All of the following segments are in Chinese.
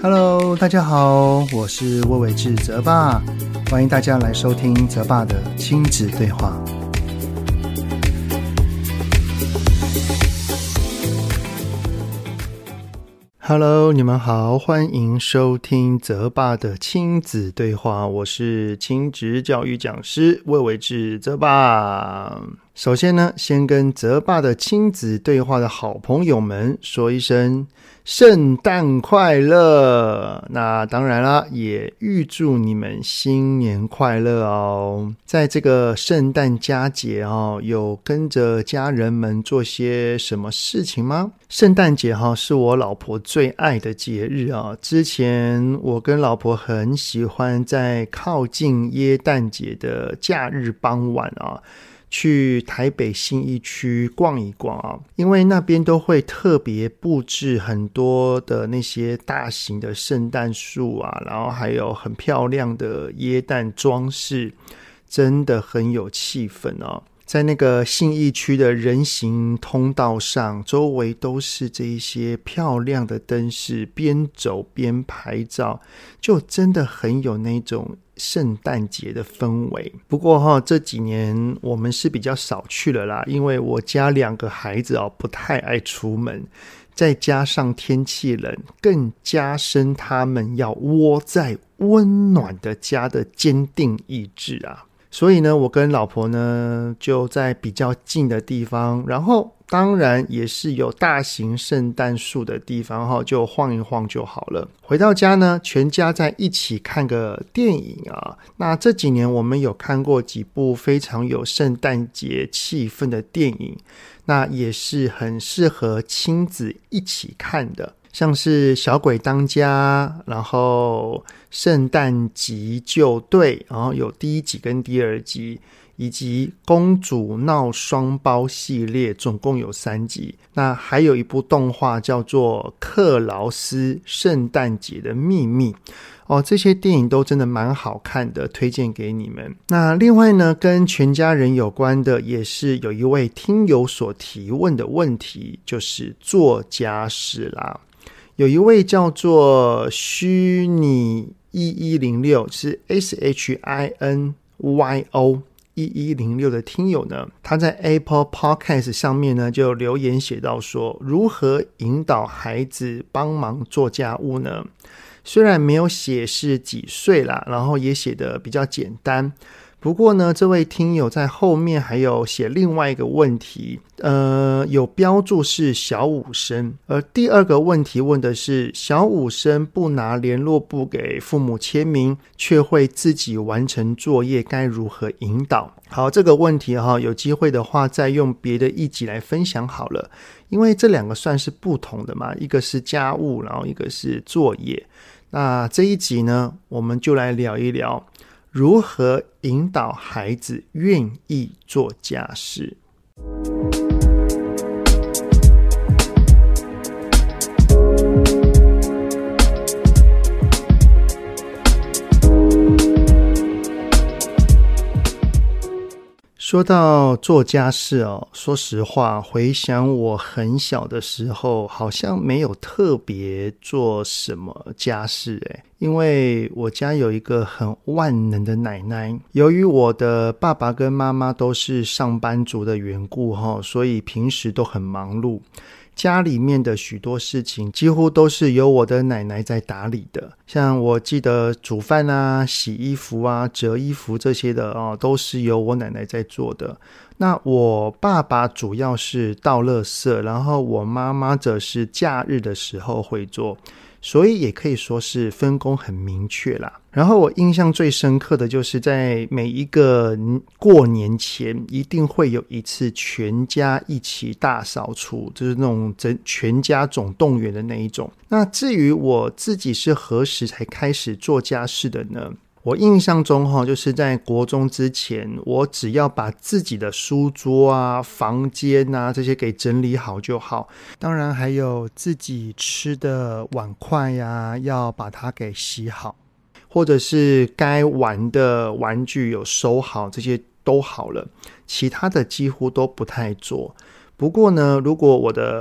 Hello， 大家好，我是魏伟志泽爸，欢迎大家来收听泽爸的亲子对话。Hello， 你们好，欢迎收听泽爸的亲子对话，我是亲子教育讲师魏伟志泽爸。首先呢，先跟泽爸的亲子对话的好朋友们说一声圣诞快乐，那当然啦，也预祝你们新年快乐哦。在这个圣诞佳节哦，有跟着家人们做些什么事情吗？圣诞节是我老婆最爱的节日啊。之前我跟老婆很喜欢在靠近耶诞节的假日傍晚啊，去台北信义区逛一逛啊，因为那边都会特别布置很多的那些大型的圣诞树啊，然后还有很漂亮的耶诞装饰，真的很有气氛哦。在那个信义区的人行通道上，周围都是这一些漂亮的灯饰，边走边拍照，就真的很有那种圣诞节的氛围。不过这几年我们是比较少去了啦，因为我家2个孩子不太爱出门，再加上天气冷，更加深他们要窝在温暖的家的坚定意志啊。所以呢，我跟老婆呢就在比较近的地方，然后当然也是有大型圣诞树的地方就晃一晃就好了。回到家呢，全家在一起看个电影啊。那这几年我们有看过几部非常有圣诞节气氛的电影，那也是很适合亲子一起看的，像是小鬼当家，然后圣诞急救队，然后有第1集跟第2集，以及公主闹双胞系列，总共有3集。那还有一部动画叫做克劳斯圣诞节的秘密这些电影都真的蛮好看的，推荐给你们。那另外呢，跟全家人有关的也是有一位听友所提问的问题，就是做家事啦。有一位叫做虚拟1106，是 SHINYO1106 的听友呢，他在 Apple Podcast 上面呢就留言写到说，如何引导孩子帮忙做家务呢？虽然没有写是几岁啦，然后也写得比较简单，不过呢，这位听友在后面还有写另外一个问题，有标注是小5生，而第2个问题问的是小5生不拿联络簿给父母签名，却会自己完成作业，该如何引导？好，这个问题有机会的话再用别的一集来分享好了，因为这2个算是不同的嘛，一个是家务，然后一个是作业。那这一集呢，我们就来聊一聊如何引导孩子愿意做家事。说到做家事说实话，回想我很小的时候，好像没有特别做什么家事因为我家有一个很万能的奶奶，由于我的爸爸跟妈妈都是上班族的缘故所以平时都很忙碌，家里面的许多事情几乎都是由我的奶奶在打理的，像我记得煮饭啊、洗衣服啊、折衣服这些的都是由我奶奶在做的。那我爸爸主要是倒垃圾，然后我妈妈则是假日的时候会做，所以也可以说是分工很明确啦。然后我印象最深刻的就是在每一个过年前一定会有一次全家一起大扫除，就是那种全家总动员的那一种。那至于我自己是何时才开始做家事的呢？我印象中就是在国中之前，我只要把自己的书桌啊、房间啊这些给整理好就好，当然还有自己吃的碗筷呀，要把它给洗好，或者是该玩的玩具有收好，这些都好了，其他的几乎都不太做。不过呢，如果我的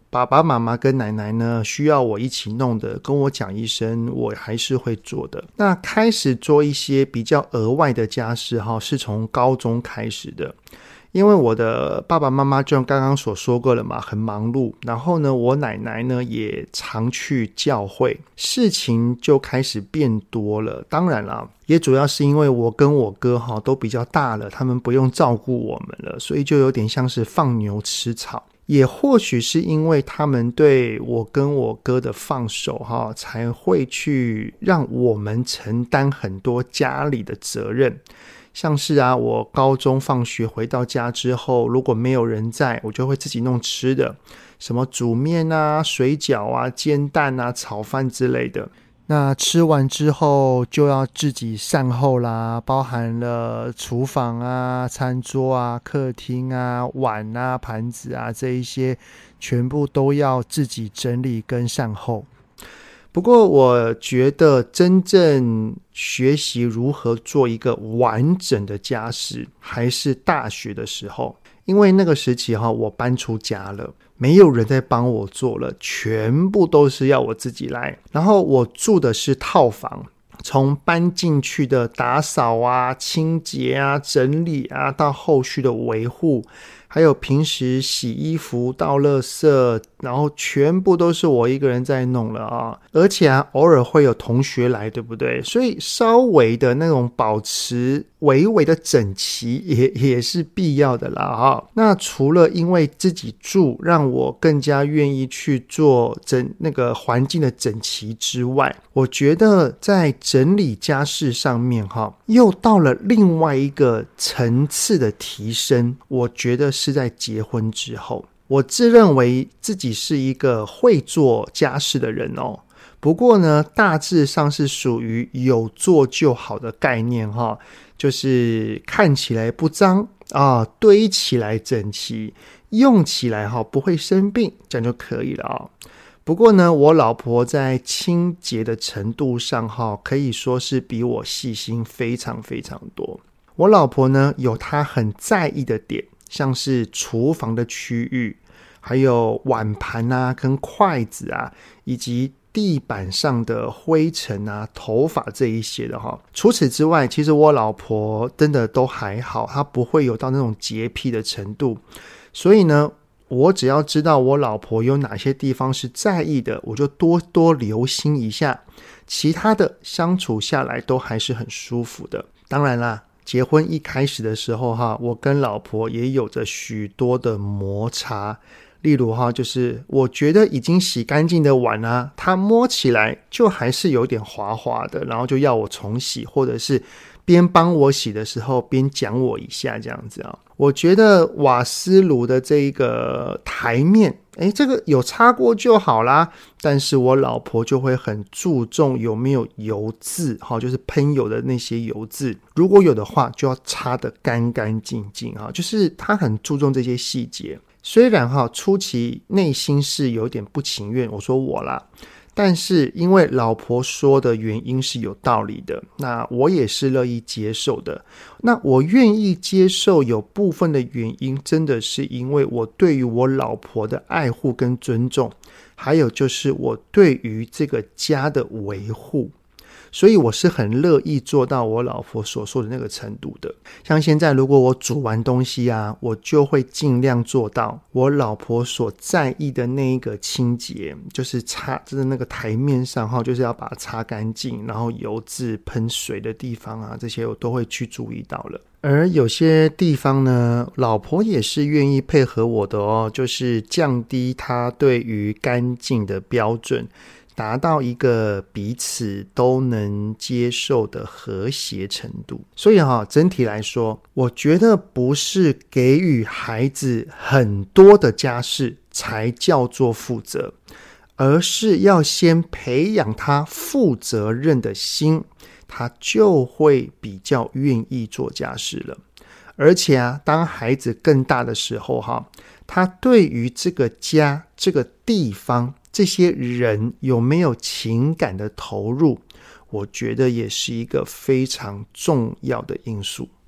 爸爸妈妈跟奶奶呢需要我一起弄的，跟我讲一声，我还是会做的。那开始做一些比较额外的家事是从高中开始的。因为我的爸爸妈妈就像刚刚所说过了嘛，很忙碌，然后呢我奶奶呢也常去教会，事情就开始变多了。当然啦，也主要是因为我跟我哥都比较大了，他们不用照顾我们了，所以就有点像是放牛吃草。也或许是因为他们对我跟我哥的放手才会去让我们承担很多家里的责任。像是我高中放学回到家之后，如果没有人在，我就会自己弄吃的，什么煮面水饺煎蛋炒饭之类的。那吃完之后就要自己善后啦，包含了厨房餐桌客厅碗盘子这一些全部都要自己整理跟善后。不过我觉得真正学习如何做一个完整的家事还是大学的时候，因为那个时期我搬出家了，没有人在帮我做了，全部都是要我自己来。然后我住的是套房，从搬进去的打扫清洁整理到后续的维护，还有平时洗衣服倒垃圾，然后全部都是我一个人在弄了而且偶尔会有同学来，对不对？所以稍微的那种保持微微的整齐也是必要的啦那除了因为自己住让我更加愿意去做那个环境的整齐之外，我觉得在整理家事上面又到了另外一个层次的提升。我觉得是在结婚之后，我自认为自己是一个会做家事的人不过呢大致上是属于有做就好的概念就是看起来不脏堆起来整齐，用起来不会生病，这样就可以了不过呢我老婆在清洁的程度上可以说是比我细心非常非常多。我老婆呢有她很在意的点，像是厨房的区域，还有碗盘跟筷子以及地板上的灰尘头发这一些的除此之外，其实我老婆真的都还好，她不会有到那种洁癖的程度。所以呢我只要知道我老婆有哪些地方是在意的，我就多多留心一下，其他的相处下来都还是很舒服的。当然啦，结婚一开始的时候我跟老婆也有着许多的摩擦。例如就是我觉得已经洗干净的碗它摸起来就还是有点滑滑的，然后就要我重洗，或者是边帮我洗的时候边讲我一下这样子我觉得瓦斯炉的这个台面这个有擦过就好啦，但是我老婆就会很注重有没有油渍就是喷油的那些油渍，如果有的话就要擦得干干净净就是她很注重这些细节。虽然初期内心是有点不情愿，我说我啦，但是因为老婆说的原因是有道理的，那我也是乐意接受的。那我愿意接受有部分的原因真的是因为我对于我老婆的爱护跟尊重，还有就是我对于这个家的维护，所以我是很乐意做到我老婆所说的那个程度的。像现在如果我煮完东西我就会尽量做到我老婆所在意的那一个清洁，就是就是那个台面上就是要把它擦干净，然后油渍喷水的地方这些我都会去注意到了。而有些地方呢，老婆也是愿意配合我的就是降低她对于干净的标准，达到一个彼此都能接受的和谐程度。所以整体来说，我觉得不是给予孩子很多的家事才叫做负责，而是要先培养他负责任的心，他就会比较愿意做家事了。而且当孩子更大的时候他对于这个家这个地方这些人有没有情感的投入，我觉得也是一个非常重要的因素。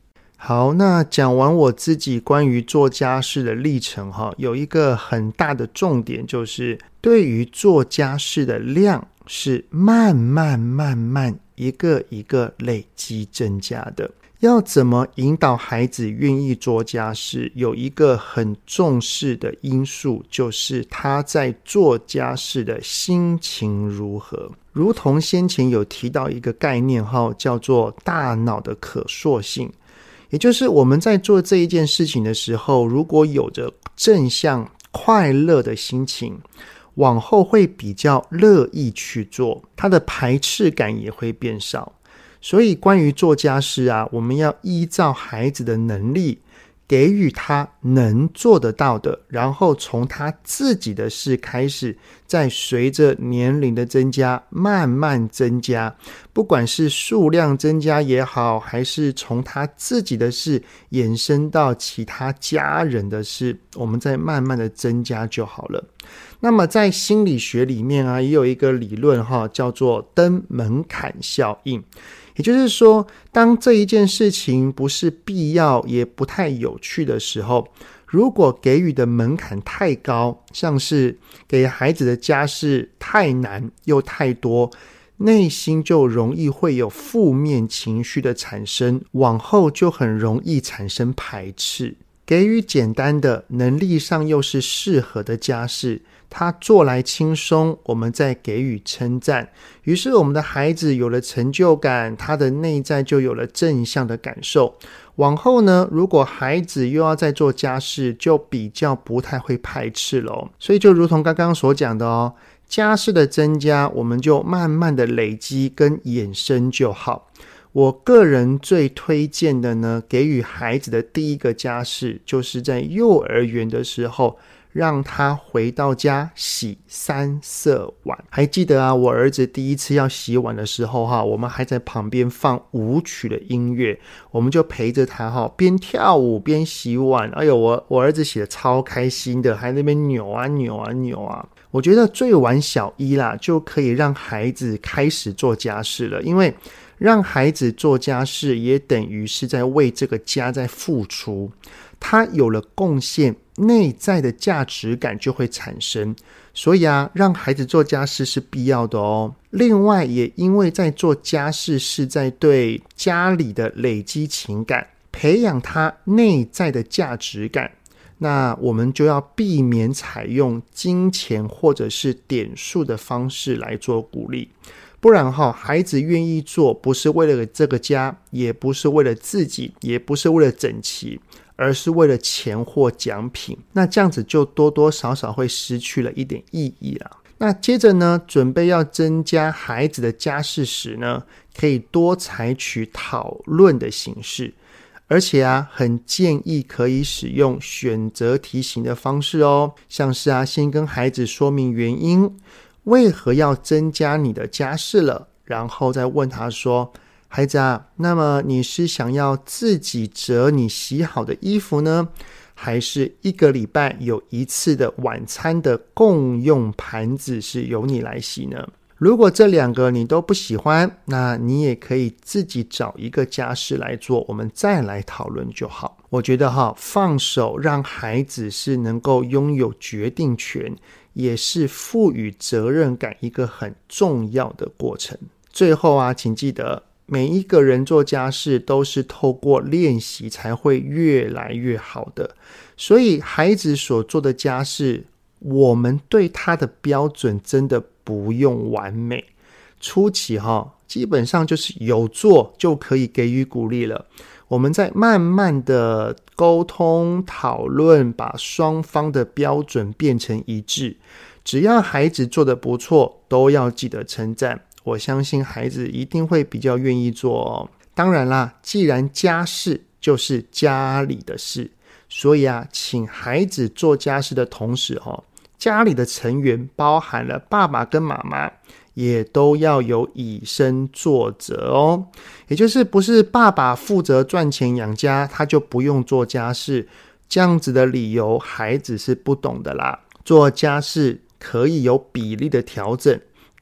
好，那讲完我自己关于做家事的历程有一个很大的重点，就是对于做家事的量是慢慢一个一个累积增加的。要怎么引导孩子愿意做家事，有一个很重视的因素，就是他在做家事的心情如何。如同先前有提到一个概念叫做大脑的可塑性，也就是我们在做这一件事情的时候，如果有着正向快乐的心情，往后会比较乐意去做，他的排斥感也会变少。所以关于做家事我们要依照孩子的能力，给予他能做得到的，然后从他自己的事开始，再随着年龄的增加慢慢增加，不管是数量增加也好，还是从他自己的事延伸到其他家人的事，我们再慢慢的增加就好了。那么在心理学里面也有一个理论叫做登门槛效应。也就是说，当这一件事情不是必要也不太有趣的时候，如果给予的门槛太高，像是给孩子的家事太难又太多，内心就容易会有负面情绪的产生，往后就很容易产生排斥。给予简单的，能力上又是适合的家事，他做来轻松，我们再给予称赞，于是我们的孩子有了成就感，他的内在就有了正向的感受。往后呢，如果孩子又要再做家事，就比较不太会排斥了。所以就如同刚刚所讲的家事的增加，我们就慢慢的累积跟衍生就好。我个人最推荐的呢，给予孩子的第一个家事，就是在幼儿园的时候，让他回到家洗3色碗。还记得我儿子第一次要洗碗的时候我们还在旁边放舞曲的音乐，我们就陪着他边跳舞边洗碗。哎呦，我儿子洗得超开心的，还在那边扭啊扭啊扭啊。我觉得最晚小一啦，就可以让孩子开始做家事了，因为让孩子做家事也等于是在为这个家在付出，他有了贡献，内在的价值感就会产生。所以让孩子做家事是必要的哦。另外也因为在做家事是在对家里的累积情感，培养他内在的价值感，那我们就要避免采用金钱或者是点数的方式来做鼓励。不然孩子愿意做，不是为了这个家，也不是为了自己，也不是为了整齐，而是为了钱或奖品，那这样子就多多少少会失去了一点意义啦。那接着呢，准备要增加孩子的家事时呢，可以多采取讨论的形式，而且很建议可以使用选择题型的方式哦。像是先跟孩子说明原因，为何要增加你的家事了，然后再问他说，孩子那么你是想要自己折你洗好的衣服呢，还是1个礼拜有1次的晚餐的共用盘子是由你来洗呢？如果这2个你都不喜欢，那你也可以自己找一个家事来做，我们再来讨论就好。我觉得放手让孩子是能够拥有决定权，也是赋予责任感一个很重要的过程。最后请记得，每一个人做家事都是透过练习才会越来越好的，所以孩子所做的家事，我们对他的标准真的不用完美。初期基本上就是有做就可以给予鼓励了，我们再慢慢的沟通讨论，把双方的标准变成一致。只要孩子做得不错，都要记得称赞，我相信孩子一定会比较愿意做哦。当然啦，既然家事就是家里的事，所以请孩子做家事的同时家里的成员包含了爸爸跟妈妈，也都要有以身作则哦。也就是不是爸爸负责赚钱养家，他就不用做家事，这样子的理由孩子是不懂的啦。做家事可以有比例的调整，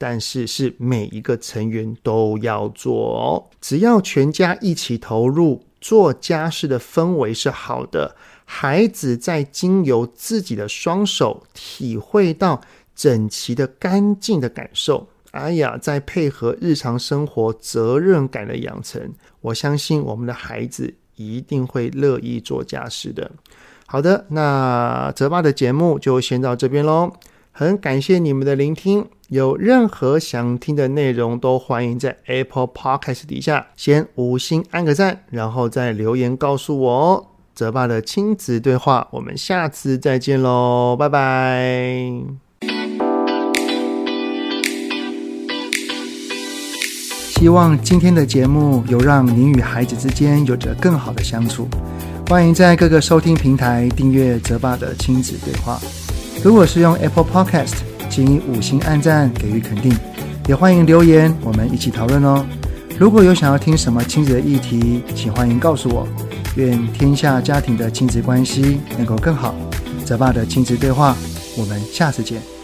但是是每一个成员都要做哦。只要全家一起投入，做家事的氛围是好的，孩子在经由自己的双手体会到整齐的干净的感受，再配合日常生活责任感的养成，我相信我们的孩子一定会乐意做家事的。好的，那泽爸的节目就先到这边咯，很感谢你们的聆听，有任何想听的内容都欢迎在 Apple Podcast 底下先5星按个赞，然后再留言告诉我哦。泽爸的亲子对话，我们下次再见咯，拜拜。希望今天的节目有让您与孩子之间有着更好的相处。欢迎在各个收听平台订阅泽爸的亲子对话。如果是用 Apple Podcast， 请以5星按赞给予肯定，也欢迎留言，我们一起讨论哦。如果有想要听什么亲子的议题，请欢迎告诉我。愿天下家庭的亲子关系能够更好。泽爸的亲子对话，我们下次见。